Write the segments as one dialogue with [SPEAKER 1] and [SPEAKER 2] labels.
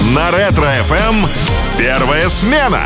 [SPEAKER 1] На Ретро-ФМ первая смена.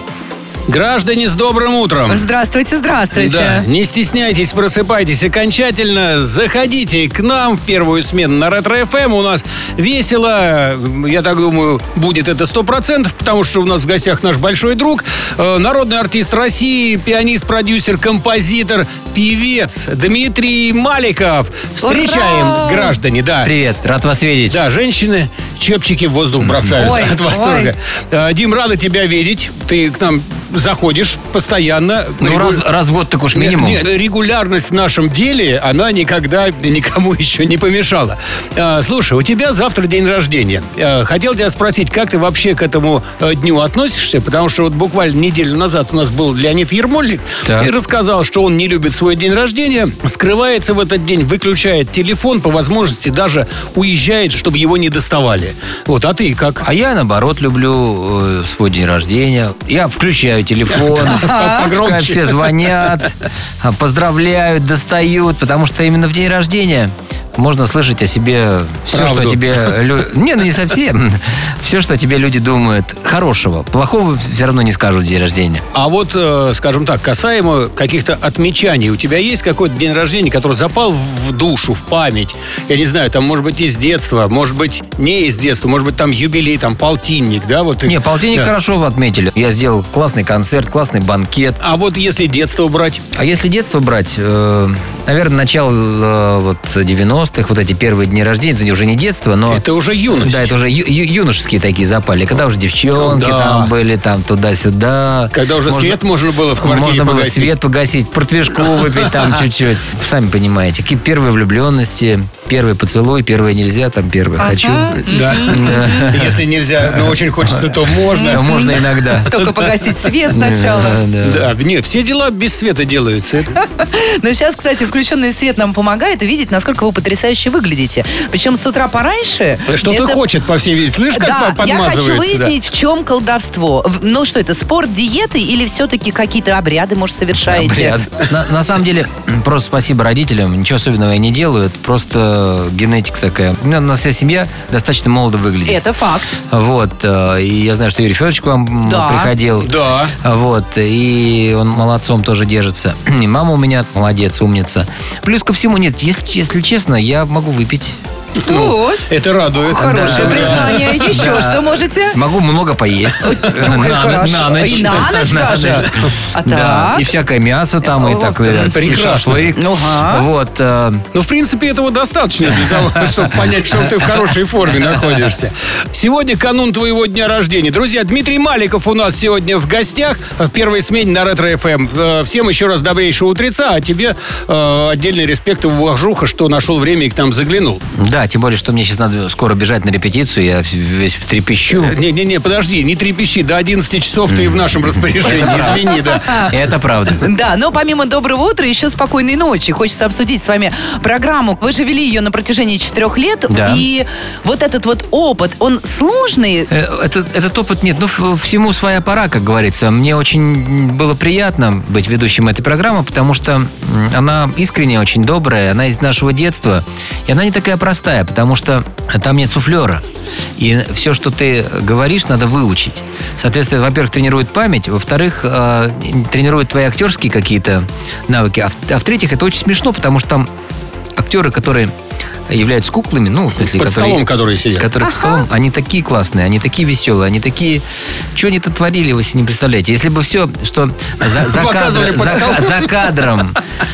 [SPEAKER 2] Граждане, с добрым утром!
[SPEAKER 3] Здравствуйте, здравствуйте.
[SPEAKER 2] Да, не стесняйтесь, просыпайтесь окончательно. Заходите к нам в первую смену на Ретро-ФМ. У нас весело. Я так думаю, будет это 100%, потому что у нас в гостях наш большой друг, народный артист России, пианист, продюсер, композитор, певец Дмитрий Маликов. Встречаем,
[SPEAKER 3] Ура!
[SPEAKER 2] Граждане, да.
[SPEAKER 4] Привет, рад вас видеть.
[SPEAKER 2] Да, женщины чепчики в воздух бросают от восторга. Дим, рада тебя видеть. Ты к нам заходишь постоянно.
[SPEAKER 4] Ну, раз в год так уж минимум.
[SPEAKER 2] Регулярность в нашем деле, она никогда никому еще не помешала. Слушай, у тебя завтра день рождения. Хотел тебя спросить, как ты вообще к этому дню относишься? Потому что вот буквально неделю назад у нас был Леонид Ермольник и рассказал, что он не любит свой день рождения, скрывается в этот день, выключает телефон, по возможности даже уезжает, чтобы его не доставали. Вот, а ты как?
[SPEAKER 4] А я, наоборот, люблю свой день рождения. Я включаю телефон, пускай все звонят, поздравляют, достают, потому что именно в день рождения можно слышать о себе все, что о тебе... Не, ну не совсем. Все, что о тебе люди думают хорошего. Плохого все равно не скажут в день рождения.
[SPEAKER 2] А вот, скажем так, касаемо каких-то отмечаний. У тебя есть какой-то день рождения, который запал в душу, в память? Я не знаю, там, может быть, из детства, может быть, не из детства, может быть, там юбилей, там, полтинник, да? Вот,
[SPEAKER 4] не, полтинник хорошо отметили. Я сделал классный концерт, классный банкет.
[SPEAKER 2] А вот если детство брать?
[SPEAKER 4] А если детство брать, наверное, начало вот 90-х, вот эти первые дни рождения, это уже не детство, но...
[SPEAKER 2] Это уже юность.
[SPEAKER 4] Да, это уже юношеские такие запали. Когда уже девчонки там были, там туда-сюда.
[SPEAKER 2] Когда уже свет можно было в квартире
[SPEAKER 4] Можно было свет погасить, портвежку выпить там чуть-чуть. Сами понимаете, какие-то первые влюбленности, первый поцелуй, первое нельзя, там первое хочу.
[SPEAKER 2] Да. Если нельзя, но очень хочется, то можно.
[SPEAKER 4] То можно иногда.
[SPEAKER 3] Только погасить свет сначала.
[SPEAKER 2] Да, нет, все дела без света делаются.
[SPEAKER 3] Но сейчас, кстати, включенный свет нам помогает увидеть, насколько вы потрясающе выглядите. Причем с утра пораньше...
[SPEAKER 2] Что-то хочет, по всей виде. Слышишь, как подмазывается?
[SPEAKER 3] Я хочу выяснить, в чем колдовство. Ну, что это, спорт, диеты или все-таки какие-то обряды, может, совершаете?
[SPEAKER 4] На самом деле, просто спасибо родителям. Ничего особенного я не делаю. Это просто генетика такая. У нас вся семья достаточно молодо выглядит.
[SPEAKER 3] Это факт.
[SPEAKER 4] Вот. И я знаю, что Юрий Федорович к вам приходил.
[SPEAKER 2] Да.
[SPEAKER 4] Вот. И он молодцом тоже держится. И мама у меня молодец, умница. Плюс ко всему, нет, если честно, я могу выпить.
[SPEAKER 3] Вот.
[SPEAKER 2] Это радует.
[SPEAKER 3] Хорошее признание. Еще что можете?
[SPEAKER 4] Могу много поесть. На ночь.
[SPEAKER 3] И на ночь даже?
[SPEAKER 4] Да. И всякое мясо там, и так далее. И шашлык. Вот.
[SPEAKER 2] Ну, в принципе, этого достаточно для того, чтобы понять, что ты в хорошей форме находишься. Сегодня канун твоего дня рождения. Друзья, Дмитрий Маликов у нас сегодня в гостях в первой смене на Ретро-ФМ. Всем еще раз добрейшего утреца, а тебе отдельный респект и уважуха, что нашел время и к нам заглянул.
[SPEAKER 4] Да, тем более, что мне сейчас надо скоро бежать на репетицию, я весь трепещу.
[SPEAKER 2] Не, подожди, не трепещи, до 11 часов ты в нашем распоряжении, извини, да.
[SPEAKER 4] Это правда.
[SPEAKER 3] Да, но помимо доброго утра, еще спокойной ночи. Хочется обсудить с вами программу. Вы же вели ее на протяжении 4 лет, и вот этот вот опыт, он сложный?
[SPEAKER 4] Этот опыт нет, всему своя пора, как говорится. Мне очень было приятно быть ведущим этой программы, потому что она искренне очень добрая, она из нашего детства, и она не такая простая, потому что там нет суфлера. И все, что ты говоришь, надо выучить. Соответственно, это, во-первых, тренирует память, во-вторых, тренирует твои актерские какие-то навыки, а в-третьих, это очень смешно, потому что там актеры, которые являются куклами, в смысле,
[SPEAKER 2] под столом, которые сидят.
[SPEAKER 4] Которые под столом, они такие классные, они такие веселые, они такие... Что они-то творили, вы себе не представляете. Если бы все, что за кадром,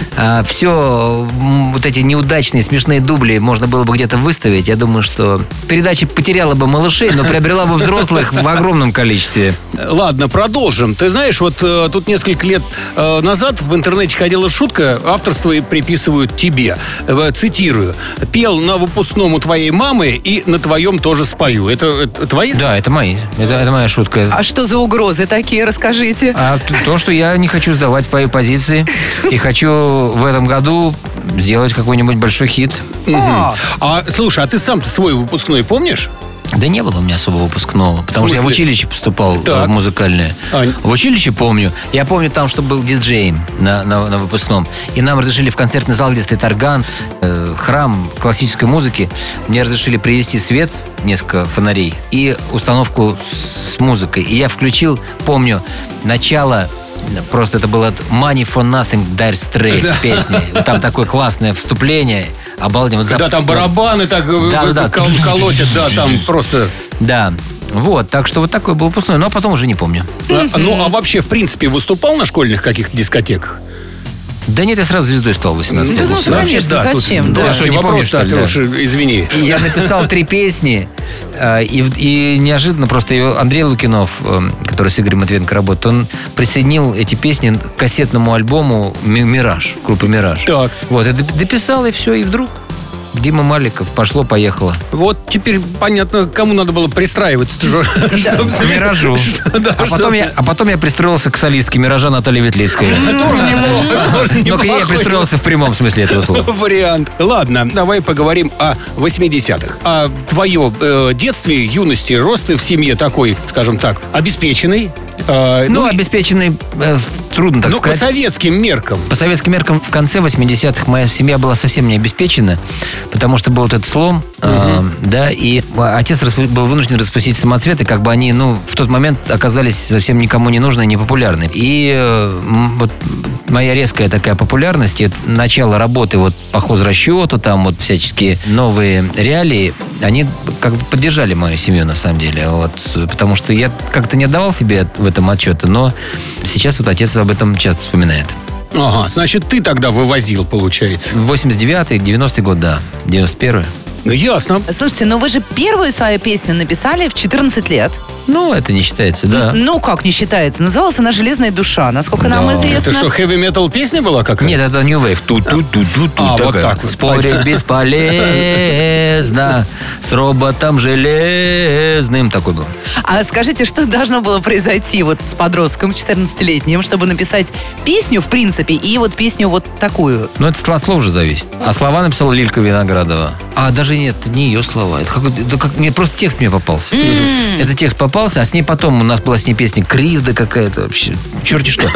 [SPEAKER 4] все вот эти неудачные, смешные дубли можно было бы где-то выставить, я думаю, что передача потеряла бы малышей, но приобрела бы взрослых в огромном количестве.
[SPEAKER 2] Ладно, продолжим. Ты знаешь, вот тут несколько лет назад в интернете ходила шутка, авторство приписывают тебе. Цитирую. Пел на выпускном у твоей мамы и на твоем тоже спою. Это твои?
[SPEAKER 4] Да, это мои. Это моя шутка.
[SPEAKER 3] А что за угрозы такие, расскажите?
[SPEAKER 4] То, что я не хочу сдавать свои позиции и хочу в этом году сделать какой-нибудь большой хит.
[SPEAKER 2] Слушай, а ты сам-то свой выпускной помнишь?
[SPEAKER 4] Да не было у меня особо выпускного, потому что я в училище поступал в музыкальное. В училище помню. Я помню там, что был диджеем на выпускном. И нам разрешили в концертный зал, где стоит орган, храм классической музыки. Мне разрешили привезти свет, несколько фонарей, и установку с музыкой. И я включил, помню, начало... Просто это было Money for Nothing, Dire Straits песни. Там такое классное вступление. Обалденно.
[SPEAKER 2] Когда там барабаны так колотят, да, там просто...
[SPEAKER 4] Да. Вот, так что вот такой был выпускной, но потом уже не помню.
[SPEAKER 2] Ну, а вообще, в принципе, выступал на школьных каких-то дискотеках?
[SPEAKER 4] Да нет, я сразу звездой стал 18 лет.
[SPEAKER 3] Ну, конечно, зачем?
[SPEAKER 2] Да, что, вопрос, ты уж извини.
[SPEAKER 4] Я написал 3 песни, и неожиданно просто Андрей Лукинов, который с Игорем Матвиенко работает, он присоединил эти песни к кассетному альбому «Мираж», группы «Мираж».
[SPEAKER 2] Так.
[SPEAKER 4] Вот, и дописал, и все, и вдруг... Дима Маликов, пошло-поехало.
[SPEAKER 2] Вот теперь понятно, кому надо было пристраиваться.
[SPEAKER 4] К «Миражу». А потом я пристроился к солистке «Миража» Натальи Ветлицкой.
[SPEAKER 2] Тоже неплохо.
[SPEAKER 4] Но я пристроился в прямом смысле этого слова.
[SPEAKER 2] Вариант. Ладно, давай поговорим о 80-х. О твое детстве, юности, рост в семье такой, скажем так, обеспеченный.
[SPEAKER 4] Обеспеченный, трудно так сказать.
[SPEAKER 2] По советским меркам.
[SPEAKER 4] По советским меркам в конце 80-х моя семья была совсем не обеспечена, потому что был вот этот слом, и отец был вынужден распустить самоцветы, как бы они, в тот момент оказались совсем никому не нужны и не популярны. И вот моя резкая такая популярность, и начало работы вот по хозрасчету, там вот всяческие новые реалии, они как бы поддержали мою семью на самом деле, вот, потому что я как-то не отдавал себе в этом отчета, но сейчас вот отец об этом часто вспоминает.
[SPEAKER 2] Ага, значит, ты тогда вывозил, получается.
[SPEAKER 4] 89-й, 90-й год, да, 91-й.
[SPEAKER 2] Ну, ясно.
[SPEAKER 3] Слушайте, вы же первую свою песню написали в 14 лет.
[SPEAKER 4] Это не считается, да.
[SPEAKER 3] Как не считается? Называлась она «Железная душа», насколько нам известно.
[SPEAKER 2] Это что, хэви-метал песня была какая-то?
[SPEAKER 4] Нет, это New Wave.
[SPEAKER 2] Вот так вот.
[SPEAKER 4] Спорить бесполезно, с роботом железным. Такой был.
[SPEAKER 3] А скажите, что должно было произойти вот с подростком 14-летним, чтобы написать песню, в принципе, и вот песню вот такую?
[SPEAKER 4] Это от слов же зависит. А слова написала Лилька Виноградова. Даже нет, не ее слова. Мне просто текст мне попался. Это текст попался, а с ней потом у нас была с ней песня «Кривда» какая-то вообще. Черти что.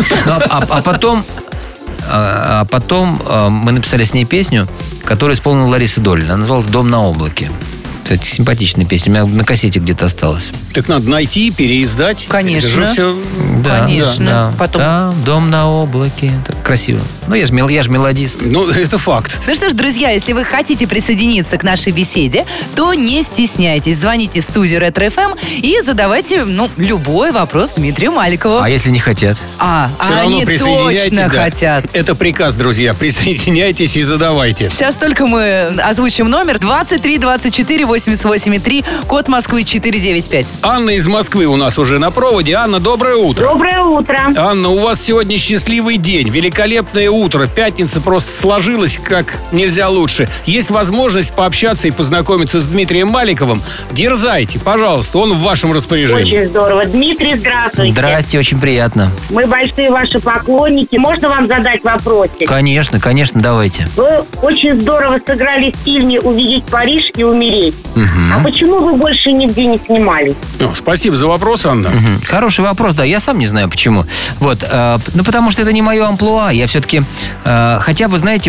[SPEAKER 4] А потом мы написали с ней песню, которую исполнила Лариса Долина. Она называлась «Дом на облаке». Кстати, симпатичная песня. У меня на кассете где-то осталась.
[SPEAKER 2] Так надо найти, переиздать.
[SPEAKER 3] Конечно.
[SPEAKER 2] Все...
[SPEAKER 3] Конечно.
[SPEAKER 4] Да.
[SPEAKER 3] Потом...
[SPEAKER 4] Там дом на облаке. Так красиво. Я же мелодист.
[SPEAKER 2] Это факт.
[SPEAKER 3] Ну что ж, друзья, если вы хотите присоединиться к нашей беседе, то не стесняйтесь. Звоните в студию Ретро ФМ и задавайте, любой вопрос Дмитрию Маликову.
[SPEAKER 4] А если не хотят?
[SPEAKER 3] Они точно хотят.
[SPEAKER 2] Это приказ, друзья. Присоединяйтесь и задавайте.
[SPEAKER 3] Сейчас только мы озвучим номер 2324-88-3, код Москвы 495.
[SPEAKER 2] Анна из Москвы у нас уже на проводе. Анна, доброе утро.
[SPEAKER 5] Доброе утро.
[SPEAKER 2] Анна, у вас сегодня счастливый день, великолепное утро. Пятница просто сложилась как нельзя лучше. Есть возможность пообщаться и познакомиться с Дмитрием Маликовым. Дерзайте, пожалуйста, он в вашем распоряжении.
[SPEAKER 5] Очень здорово. Дмитрий, здравствуйте.
[SPEAKER 4] Здрасте, очень приятно.
[SPEAKER 5] Мы большие ваши поклонники. Можно вам задать вопросик?
[SPEAKER 4] Конечно, давайте.
[SPEAKER 5] Вы очень здорово сыграли в фильме «Увидеть Париж и умереть». А почему вы больше нигде не снимались?
[SPEAKER 2] Спасибо за вопрос, Анна.
[SPEAKER 4] Хороший вопрос, да. Я сам не знаю, почему. Потому что это не мое амплуа. Я все-таки... хотя, вы знаете,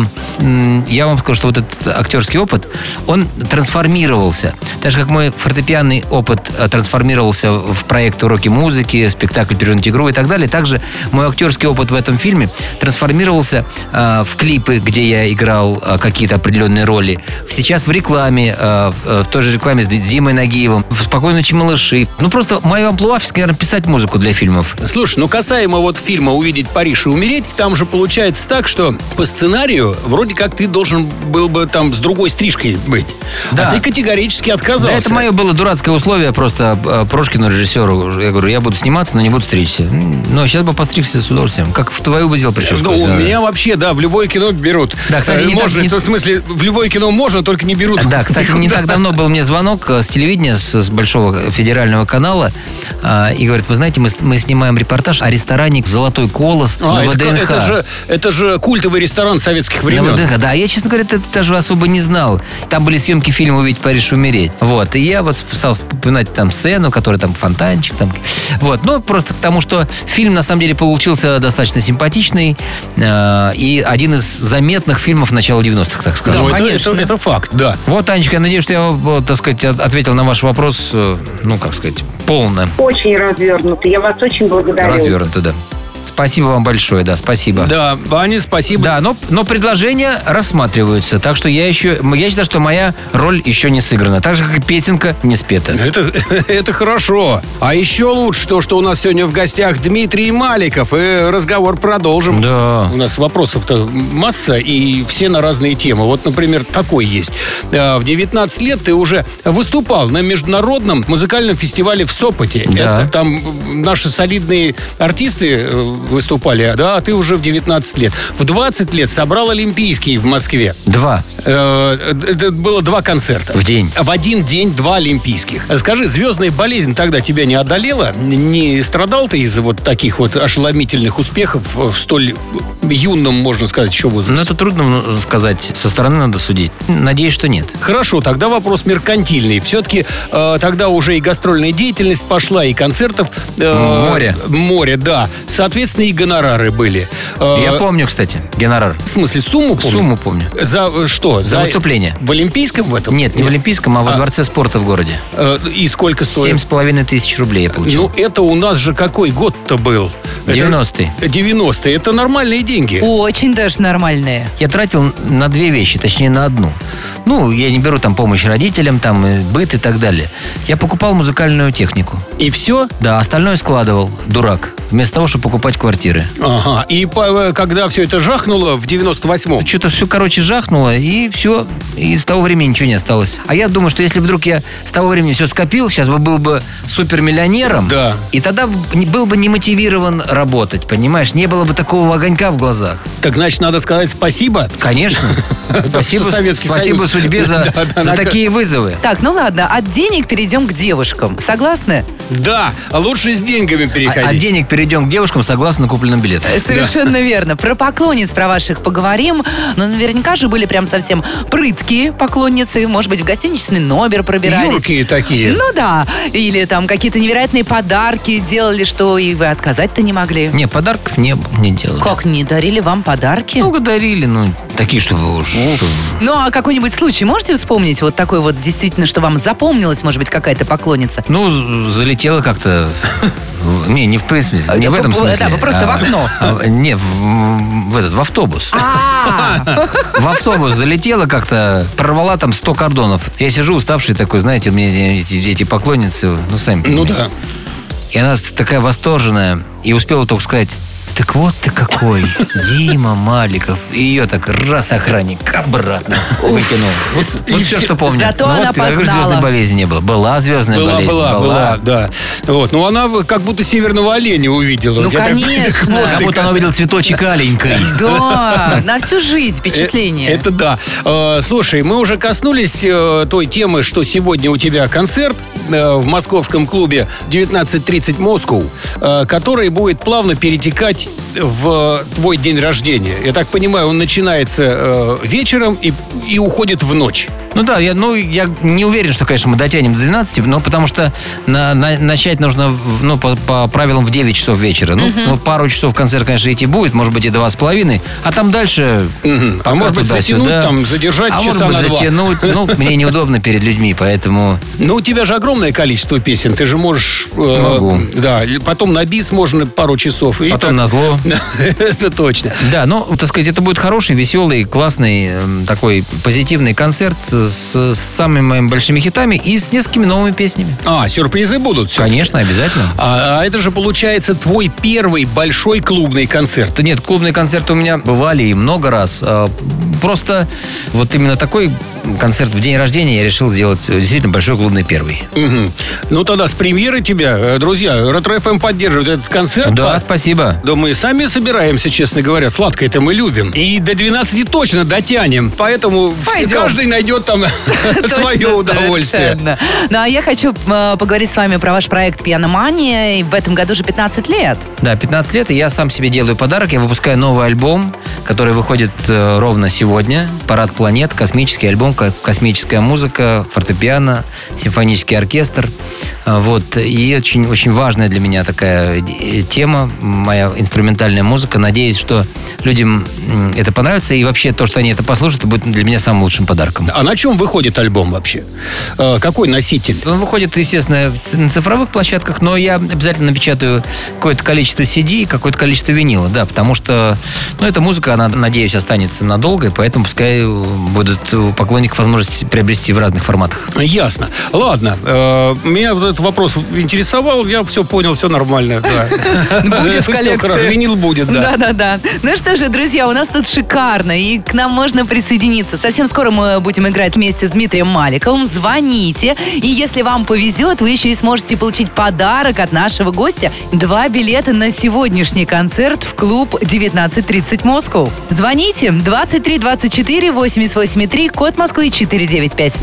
[SPEAKER 4] я вам скажу, что вот этот актерский опыт, он трансформировался. Так же, как мой фортепианный опыт трансформировался в проект «Уроки музыки», спектакль «Перевернуть игру» и так далее, также мой актерский опыт в этом фильме трансформировался в клипы, где я играл какие-то определенные роли. Сейчас в рекламе, в той же рекламе с Димой Нагиевым, в «Спокойной ночи, малыши». Просто мое амплуа, наверное, писать музыку для фильмов.
[SPEAKER 2] Слушай, касаемо фильма «Увидеть Париж и умереть», там же получается так, что по сценарию вроде как ты должен был бы там с другой стрижкой быть. Да. А ты категорически отказался.
[SPEAKER 4] Да, это мое было дурацкое условие просто Прошкину, режиссеру. Я говорю, я буду сниматься, но не буду стричься. Сейчас бы постригся с удовольствием. Как в твою бы сделал прическу.
[SPEAKER 2] У меня вообще, в любое кино берут.
[SPEAKER 4] Да, кстати,
[SPEAKER 2] в смысле, в любое кино можно, только не берут.
[SPEAKER 4] Да, кстати, не так давно был мне звонок с телевидения, с большого федерального канала и говорит: вы знаете, мы снимаем репортаж о ресторане «Золотой колос» на ВДНХ.
[SPEAKER 2] Это же культовый ресторан советских времен.
[SPEAKER 4] На ВДНХ, да. Я, честно говоря, это даже особо не знал. Там были съемки фильма «Увидеть Париж, умереть». Вот. И я вот стал вспоминать там сцену, который там фонтанчик. Там. Вот. Ну, просто к тому, что фильм, на самом деле, получился достаточно симпатичный и один из заметных фильмов начала 90-х, так скажем.
[SPEAKER 2] Да, это факт, да.
[SPEAKER 4] Вот, Анечка, я надеюсь, что я, так сказать, ответил на ваш вопрос, полно.
[SPEAKER 5] Очень развернуто. Я вас очень благодарю.
[SPEAKER 4] Развернуто, да. Спасибо вам большое, да, спасибо.
[SPEAKER 2] Да, Аня, спасибо.
[SPEAKER 4] Да, но предложения рассматриваются, так что я считаю, что моя роль еще не сыграна, так же, как и песенка не спета.
[SPEAKER 2] Это хорошо. А еще лучше то, что у нас сегодня в гостях Дмитрий Маликов, и разговор продолжим.
[SPEAKER 4] Да.
[SPEAKER 2] У нас вопросов-то масса, и все на разные темы. Вот, например, такой есть. В 19 лет ты уже выступал на международном музыкальном фестивале в Сопоте.
[SPEAKER 4] Да.
[SPEAKER 2] Там наши солидные артисты выступали, да, а ты уже в 19 лет. В 20 лет собрал Олимпийский в Москве.
[SPEAKER 4] 2.
[SPEAKER 2] Это было 2 концерта.
[SPEAKER 4] В день.
[SPEAKER 2] В один день 2 олимпийских. Скажи, звездная болезнь тогда тебя не одолела? Не страдал ты из-за вот таких вот ошеломительных успехов в столь юном, можно сказать, еще возрасте?
[SPEAKER 4] Ну, это трудно сказать. Со стороны надо судить. Надеюсь, что нет.
[SPEAKER 2] Хорошо, тогда вопрос меркантильный. Все-таки тогда уже и гастрольная деятельность пошла, и концертов... Море, да. Соответственно, и гонорары были.
[SPEAKER 4] Я помню, кстати, гонорар.
[SPEAKER 2] В смысле, сумму помню?
[SPEAKER 4] Сумму помню.
[SPEAKER 2] За что?
[SPEAKER 4] За выступление.
[SPEAKER 2] В Олимпийском в этом?
[SPEAKER 4] Нет, не в Олимпийском, а во Дворце спорта в городе.
[SPEAKER 2] И сколько стоит?
[SPEAKER 4] 7,5 тысяч рублей я получил.
[SPEAKER 2] Ну, это у нас же какой год-то был?
[SPEAKER 4] 90-й.
[SPEAKER 2] 90-е. Это нормальные деньги.
[SPEAKER 3] Очень даже нормальные.
[SPEAKER 4] Я тратил на 2 вещи, точнее на одну. Ну, я не беру там помощь родителям, там быт и так далее. Я покупал музыкальную технику.
[SPEAKER 2] И все?
[SPEAKER 4] Да, остальное складывал, дурак, вместо того, чтобы покупать квартиры.
[SPEAKER 2] Ага. И когда все это жахнуло в 98-м?
[SPEAKER 4] Что-то все, жахнуло, и все. И с того времени ничего не осталось. А я думаю, что если вдруг я с того времени все скопил, сейчас бы был бы супермиллионером.
[SPEAKER 2] Да.
[SPEAKER 4] И тогда был бы не мотивирован работать, понимаешь? Не было бы такого огонька в глазах.
[SPEAKER 2] Так значит, надо сказать спасибо?
[SPEAKER 4] Конечно. Спасибо судьбе за такие вызовы.
[SPEAKER 3] Так, ну ладно, от денег перейдем к девушкам. Согласны?
[SPEAKER 2] Да, лучше с деньгами переходить.
[SPEAKER 4] От денег перейдем к девушкам согласно купленным билетам.
[SPEAKER 3] Совершенно верно. Про поклонниц, про ваших поговорим. Но наверняка же были прям совсем прыткие поклонницы. Может быть, в гостиничный номер пробирались.
[SPEAKER 2] Юркие такие.
[SPEAKER 3] Ну да. Или там какие-то невероятные подарки делали, что и вы отказать-то не могли.
[SPEAKER 4] Не, подарков не делали.
[SPEAKER 3] Как, не дарили вам подарки?
[SPEAKER 4] Много дарили, такие, что вы уж...
[SPEAKER 3] Ну, а какой-нибудь случай можете вспомнить? Вот такой вот действительно, что вам запомнилась, может быть, какая-то поклонница?
[SPEAKER 4] Залетела как-то... Не в принципе, не в этом смысле.
[SPEAKER 3] Да, вы просто в окно.
[SPEAKER 4] Не, в автобус. В автобус залетела как-то, прорвала там 100 кордонов. Я сижу уставший такой, знаете, мне эти поклонницы, сами понимаете.
[SPEAKER 2] Ну да.
[SPEAKER 4] И она такая восторженная, и успела только сказать: так вот ты какой, Дима Маликов. И ее так раз охранник обратно выкинул. Вот все, что помню.
[SPEAKER 3] Зато она познала.
[SPEAKER 4] Звездной болезни не было. Была звездная болезнь.
[SPEAKER 2] Была, да. Вот. Ну, она как будто северного оленя увидела.
[SPEAKER 3] Ну, конечно.
[SPEAKER 4] Как будто она увидела цветочек аленькой.
[SPEAKER 3] Да, на всю жизнь впечатление.
[SPEAKER 2] Это да. Слушай, мы уже коснулись той темы, что сегодня у тебя концерт в московском клубе 19:30 Moscow, который будет плавно перетекать в твой день рождения. Я так понимаю, он начинается вечером и уходит в ночь.
[SPEAKER 4] Ну да, я не уверен, что, конечно, мы дотянем до 12, но потому что начать нужно по правилам в 9 часов вечера. Пару часов концерт, конечно, идти будет, может быть, и 2,5, а там дальше...
[SPEAKER 2] А может быть, затянуть, там, задержать часа на 2.
[SPEAKER 4] А может быть, затянуть. Мне неудобно перед людьми, поэтому...
[SPEAKER 2] Ну, у тебя же огромное количество песен, ты же можешь...
[SPEAKER 4] Могу.
[SPEAKER 2] Да, потом на бис можно пару часов.
[SPEAKER 4] Потом на зло.
[SPEAKER 2] Это точно.
[SPEAKER 4] Да, так сказать, это будет хороший, веселый, классный, такой позитивный концерт с самыми моими большими хитами и с несколькими новыми песнями.
[SPEAKER 2] Сюрпризы будут?
[SPEAKER 4] Конечно, обязательно.
[SPEAKER 2] А это же, получается, твой первый большой клубный концерт?
[SPEAKER 4] Нет, клубные концерты у меня бывали и много раз. Просто вот именно такой концерт в день рождения я решил сделать действительно большой клубный первый.
[SPEAKER 2] Угу. Ну, тогда с премьерой тебя, друзья, Ретро-ФМ поддерживает этот концерт.
[SPEAKER 4] Да, спасибо.
[SPEAKER 2] Да мы сами собираемся, честно говоря. Сладкое-то мы любим. И до 12 точно дотянем. Поэтому каждый найдет там свое удовольствие.
[SPEAKER 3] Ну, а я хочу поговорить с вами про ваш проект «Пианомания». И в этом году же 15 лет.
[SPEAKER 4] Да, 15 лет, и я сам себе делаю подарок. Я выпускаю новый альбом, который выходит ровно сегодня. «Парад планет», космический альбом, космическая музыка, фортепиано, симфонический оркестр. Вот. И очень, очень важная для меня такая тема, моя инструментальная музыка. Надеюсь, что людям это понравится. И вообще то, что они это послушают, будет для меня самым лучшим подарком.
[SPEAKER 2] А на чем выходит альбом вообще? Какой носитель?
[SPEAKER 4] Он выходит, естественно, на цифровых площадках, но я обязательно напечатаю какое-то количество CD и какое-то количество винила, да, потому что, эта музыка, она, надеюсь, останется надолго, и поэтому пускай будут у поклонников возможность приобрести в разных форматах.
[SPEAKER 2] Ясно. Ладно, меня вот этот вопрос интересовал, я все понял, все нормально.
[SPEAKER 3] Будет в коллекции.
[SPEAKER 2] Все хорошо, винил будет, да.
[SPEAKER 3] Да. Ну что же, друзья, у нас тут шикарно, и к нам можно присоединиться. Совсем скоро мы будем играть вместе с Дмитрием Маликовым. Звоните, и если вам повезет, вы еще и сможете получить подарок от нашего гостя. 2 билета на сегодняшний концерт в клуб 19:30 Москва. Звоните 23 24 883, код Москвы 495.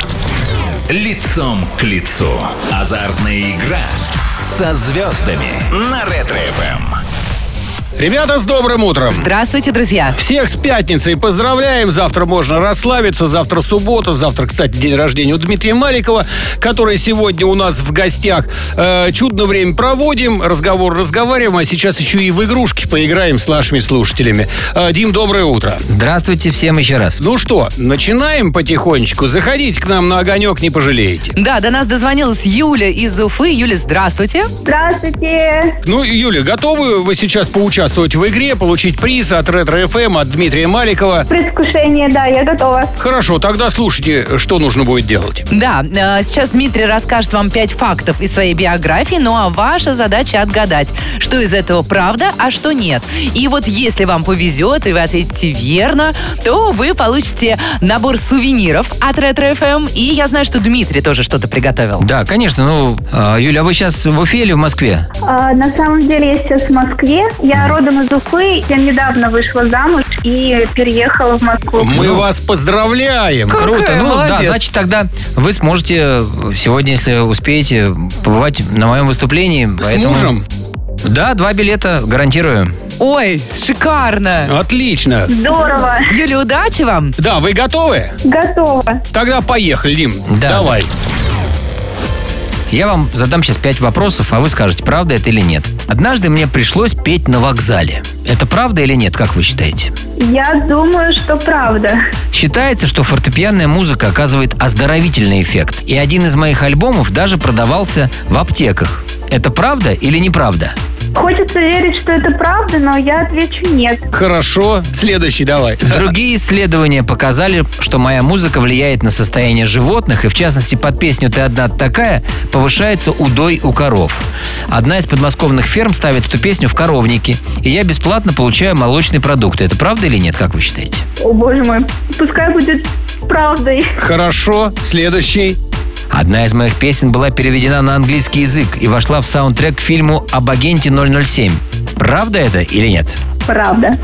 [SPEAKER 6] Лицом к лицу. Азартная игра со звездами на Ретро-ФМ.
[SPEAKER 2] Ребята, с добрым утром.
[SPEAKER 3] Здравствуйте, друзья.
[SPEAKER 2] Всех с пятницей поздравляем. Завтра можно расслабиться. Завтра суббота. Завтра, кстати, день рождения у Дмитрия Маликова, который сегодня у нас в гостях. Чудно время проводим, разговариваем, а сейчас еще и в игрушки поиграем с нашими слушателями. Дим, доброе утро.
[SPEAKER 4] Здравствуйте всем еще раз.
[SPEAKER 2] Ну что, начинаем потихонечку. Заходите к нам на огонек, не пожалеете.
[SPEAKER 3] Да, до нас дозвонилась Юля из Уфы. Юля, здравствуйте.
[SPEAKER 5] Здравствуйте.
[SPEAKER 2] Ну, Юля, готовы вы сейчас поучаствовать в игре, получить приз от Ретро-ФМ, от Дмитрия Маликова?
[SPEAKER 5] Предвкушение, да, я готова.
[SPEAKER 2] Хорошо, тогда слушайте, что нужно будет делать.
[SPEAKER 3] Да, сейчас Дмитрий расскажет вам 5 фактов из своей биографии, ну а ваша задача отгадать, что из этого правда, а что нет. И вот если вам повезет, и вы ответите верно, то вы получите набор сувениров от Ретро-ФМ. И я знаю, что Дмитрий тоже что-то приготовил.
[SPEAKER 4] Да, конечно. Юля, а вы сейчас в Уфе или в Москве?
[SPEAKER 5] На самом деле я сейчас в Москве. Я родом из Уфы. Я недавно вышла замуж и переехала в Москву.
[SPEAKER 2] Мы вас поздравляем.
[SPEAKER 4] Круто.
[SPEAKER 3] молодец.
[SPEAKER 4] Да, значит, тогда вы сможете сегодня, если успеете, побывать на моем выступлении.
[SPEAKER 2] С мужем?
[SPEAKER 4] Да, 2 билета, гарантирую.
[SPEAKER 3] Ой, шикарно.
[SPEAKER 2] Отлично.
[SPEAKER 5] Здорово.
[SPEAKER 3] Юля, удачи вам.
[SPEAKER 2] Да, вы готовы?
[SPEAKER 5] Готова.
[SPEAKER 2] Тогда поехали, Дим.
[SPEAKER 4] Да.
[SPEAKER 2] Давай.
[SPEAKER 4] Я вам задам сейчас 5 вопросов, а вы скажете, правда это или нет. Однажды мне пришлось петь на вокзале. Это правда или нет, как вы считаете?
[SPEAKER 5] Я думаю, что правда.
[SPEAKER 4] Считается, что фортепианная музыка оказывает оздоровительный эффект. И один из моих альбомов даже продавался в аптеках. Это правда или неправда?
[SPEAKER 5] Хочется верить, что это правда, но я отвечу нет.
[SPEAKER 2] Хорошо. Следующий давай.
[SPEAKER 4] Другие исследования показали, что моя музыка влияет на состояние животных, и в частности под песню «Ты одна такая» повышается удой у коров. Одна из подмосковных ферм ставит эту песню в коровнике, и я бесплатно получаю молочные продукты. Это правда или нет, как вы считаете?
[SPEAKER 5] О, боже мой. Пускай будет правдой.
[SPEAKER 2] Хорошо. Следующий.
[SPEAKER 4] Одна из моих песен была переведена на английский язык и вошла в саундтрек к фильму об агенте 007. Правда это или нет?
[SPEAKER 5] Правда.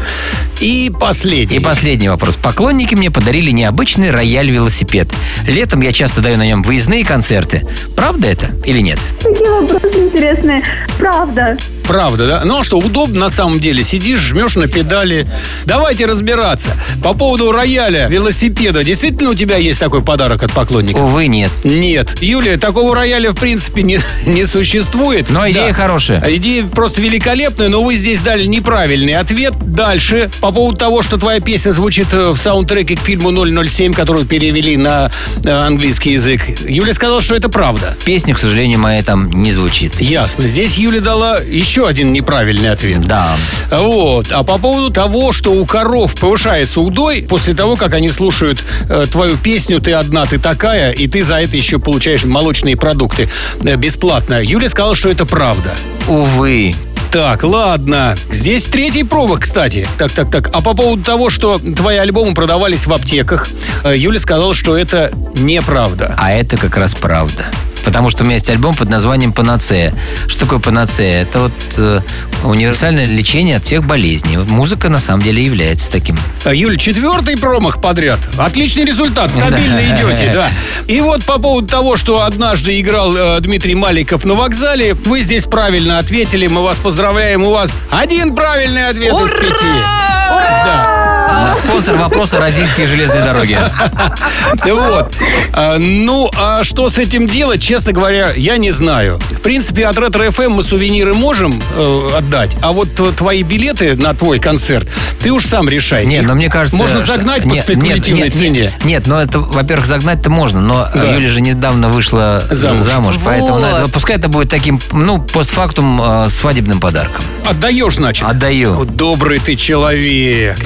[SPEAKER 2] И последний.
[SPEAKER 4] И последний вопрос. Поклонники мне подарили необычный рояль-велосипед. Летом я часто даю на нем выездные концерты. Правда это или нет?
[SPEAKER 5] Такие вопросы интересные. Правда.
[SPEAKER 2] Правда, да? Ну а что, удобно на самом деле. Сидишь, жмешь на педали. Давайте разбираться. По поводу рояля, велосипеда. Действительно у тебя есть такой подарок от поклонников?
[SPEAKER 4] Увы, нет.
[SPEAKER 2] Нет. Юлия, такого рояля в принципе не существует.
[SPEAKER 4] Но идея хорошая.
[SPEAKER 2] Идея просто великолепная, но вы здесь дали неправильный ответ. Дальше. По поводу того, что твоя песня звучит в саундтреке к фильму 007, которую перевели на английский язык. Юля сказала, что это правда.
[SPEAKER 4] Песня, к сожалению, моя там не звучит.
[SPEAKER 2] Ясно. Здесь Юля дала еще один неправильный ответ.
[SPEAKER 4] Да.
[SPEAKER 2] Вот. А по поводу того, что у коров повышается удой после того, как они слушают твою песню «Ты одна, ты такая», и ты за это еще получаешь молочные продукты бесплатно. Юля сказала, что это правда.
[SPEAKER 4] Увы.
[SPEAKER 2] Так, ладно. Здесь третий пробок, кстати. Так. А по поводу того, что твои альбомы продавались в аптеках, Юля сказала, что это неправда.
[SPEAKER 4] А это как раз правда. Потому что у меня есть альбом под названием «Панацея». Что такое панацея? Это вот универсальное лечение от всех болезней. Музыка на самом деле является таким.
[SPEAKER 2] Юль, 4-й промах подряд. Отличный результат, стабильно идете, да. И вот по поводу того, что однажды играл Дмитрий Маликов на вокзале, вы здесь правильно ответили, мы вас поздравляем, у вас 1 правильный ответ из 5. Да.
[SPEAKER 4] Спонсор вопроса «Российские железные дороги».
[SPEAKER 2] Вот. Ну, а что с этим делать, честно говоря, я не знаю. В принципе, от Ретро-ФМ мы сувениры можем отдать, а вот твои билеты на твой концерт ты уж сам решай.
[SPEAKER 4] Нет, но мне кажется...
[SPEAKER 2] Можно загнать по спекулятивной цене.
[SPEAKER 4] Нет, но это, во-первых, загнать-то можно, но Юля же недавно вышла замуж, поэтому пускай это будет таким, постфактум свадебным подарком.
[SPEAKER 2] Отдаешь, значит?
[SPEAKER 4] Отдаю.
[SPEAKER 2] Вот добрый ты человек.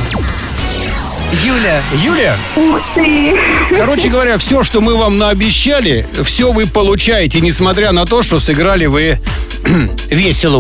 [SPEAKER 2] Юля?
[SPEAKER 5] Ух ты!
[SPEAKER 2] Короче говоря, все, что мы вам наобещали, все вы получаете, несмотря на то, что сыграли вы весело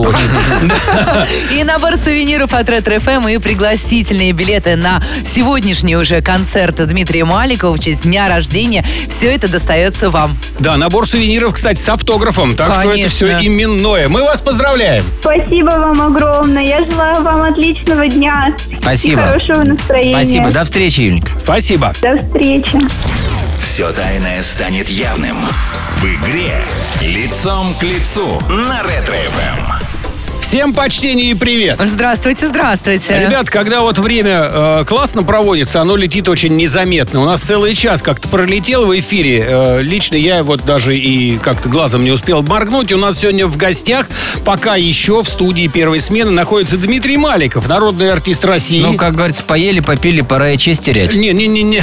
[SPEAKER 2] очень.
[SPEAKER 3] И набор сувениров от Ретро-ФМ и пригласительные билеты на сегодняшний уже концерт Дмитрия Маликова в честь дня рождения. Все это достается вам.
[SPEAKER 2] Да, набор сувениров, кстати, с автографом. Так что это все именное. Мы вас поздравляем.
[SPEAKER 5] Спасибо вам огромное. Я желаю вам отличного дня.
[SPEAKER 4] Спасибо.
[SPEAKER 5] И хорошего настроения.
[SPEAKER 4] Спасибо. До встречи, Юленька.
[SPEAKER 2] Спасибо.
[SPEAKER 5] До встречи.
[SPEAKER 6] Все тайное станет явным в игре «Лицом к лицу» на Ретро-ФМ.
[SPEAKER 2] Всем почтение и привет.
[SPEAKER 3] Здравствуйте.
[SPEAKER 2] Ребят, когда вот время классно проводится, оно летит очень незаметно. У нас целый час как-то пролетел в эфире. Лично я вот даже и как-то глазом не успел моргнуть. У нас сегодня в гостях, пока еще в студии «Первой смены» находится Дмитрий Маликов, народный артист России.
[SPEAKER 4] Ну, как говорится, поели, попили, пора и честь терять.
[SPEAKER 2] Не.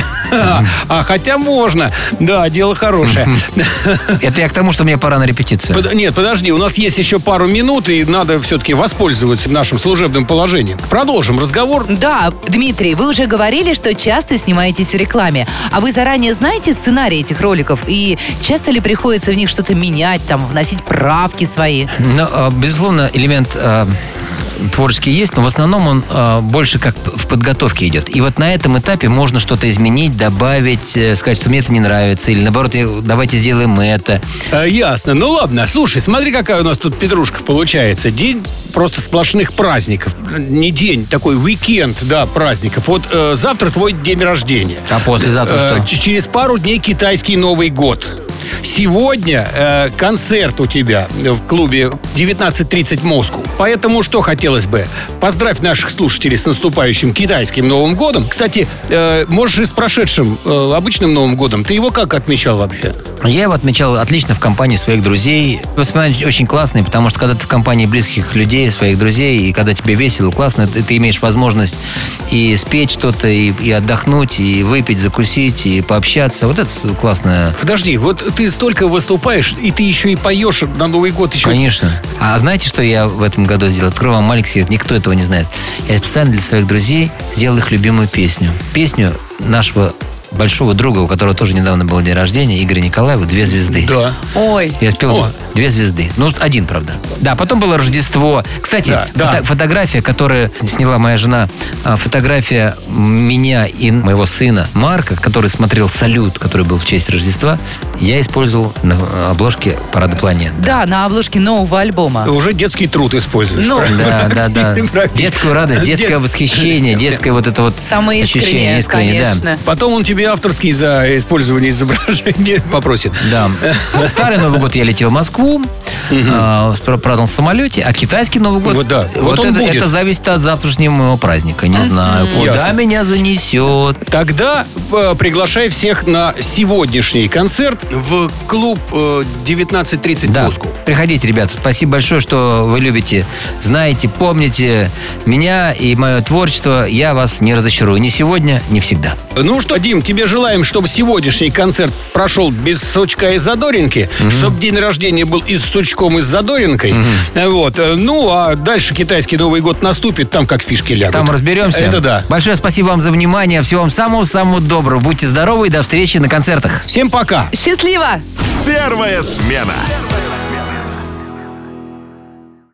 [SPEAKER 2] Хотя можно. Да, дело хорошее.
[SPEAKER 4] Это я к тому, что мне пора на репетицию.
[SPEAKER 2] Нет, подожди, у нас есть еще пару минут, и надо все-таки воспользоваться нашим служебным положением. Продолжим разговор.
[SPEAKER 3] Да, Дмитрий, вы уже говорили, что часто снимаетесь в рекламе. А вы заранее знаете сценарий этих роликов? И часто ли приходится в них что-то менять, вносить правки свои?
[SPEAKER 4] Ну, безусловно, элемент творческий есть, но в основном он больше как в подготовке идет. И вот на этом этапе можно что-то изменить, добавить, сказать, что мне это не нравится, или наоборот, давайте сделаем это.
[SPEAKER 2] Ясно. Ну ладно, слушай, смотри, какая у нас тут петрушка получается. День просто сплошных праздников. Не день, такой уикенд, да, праздников. Вот завтра твой день рождения.
[SPEAKER 4] А послезавтра что?
[SPEAKER 2] Через пару дней китайский Новый год. Сегодня концерт у тебя в клубе 19:30 Москву. Поэтому что хотелось бы? Поздравь наших слушателей с наступающим китайским Новым годом. Кстати, можешь и с прошедшим обычным Новым годом. Ты его как отмечал вообще?
[SPEAKER 4] Я его отмечал отлично в компании своих друзей. Воспоминания очень классные, потому что когда ты в компании близких людей, своих друзей, и когда тебе весело, классно, ты имеешь возможность и спеть что-то, и отдохнуть, и выпить, закусить, и пообщаться. Вот это классно.
[SPEAKER 2] Подожди, вот ты столько выступаешь, и ты еще и поешь на Новый год еще.
[SPEAKER 4] Конечно. А знаете, что я в этом году сделал? Открою вам маленький секрет, никто этого не знает. Я специально для своих друзей сделал их любимую песню. Песню нашего большого друга, у которого тоже недавно был день рождения, Игоря Николаева, «2 звезды».
[SPEAKER 2] Да.
[SPEAKER 3] Ой.
[SPEAKER 4] Я спел 2 звезды. Ну, 1, правда. Да, потом было Рождество. Кстати, фотография, которую сняла моя жена, фотография меня и моего сына Марка, который смотрел «Салют», который был в честь Рождества, я использовал на обложке «Парада планет».
[SPEAKER 3] Да, на обложке нового альбома.
[SPEAKER 2] Уже детский труд используешь.
[SPEAKER 4] Да. Детскую радость, детское восхищение, детское вот это вот
[SPEAKER 3] самое
[SPEAKER 4] ощущение искреннее,
[SPEAKER 3] конечно.
[SPEAKER 4] да.
[SPEAKER 2] Потом он тебе авторский за использование изображения попросит.
[SPEAKER 4] Да. Старый Новый год я летел в Москву, продал в самолете, а китайский Новый год...
[SPEAKER 2] Вот да. Вот
[SPEAKER 4] это зависит от завтрашнего моего праздника. Не знаю, куда меня занесет.
[SPEAKER 2] Тогда приглашай всех на сегодняшний концерт в клуб 19:30
[SPEAKER 4] Да.
[SPEAKER 2] Москву.
[SPEAKER 4] Приходите, ребят. Спасибо большое, что вы любите, знаете, помните меня и мое творчество. Я вас не разочарую ни сегодня, ни всегда.
[SPEAKER 2] Ну что, Дим, тебе желаем, чтобы сегодняшний концерт прошел без сучка и задоринки, чтобы день рождения был и с сучком, и с задоринкой. Вот. Ну, а дальше китайский Новый год наступит, там как фишки лягут.
[SPEAKER 4] Там разберемся.
[SPEAKER 2] Это да.
[SPEAKER 4] Большое спасибо вам за внимание. Всего вам самого-самого доброго. Будьте здоровы и до встречи на концертах.
[SPEAKER 2] Всем пока.
[SPEAKER 3] Счастливо!
[SPEAKER 1] Первая смена.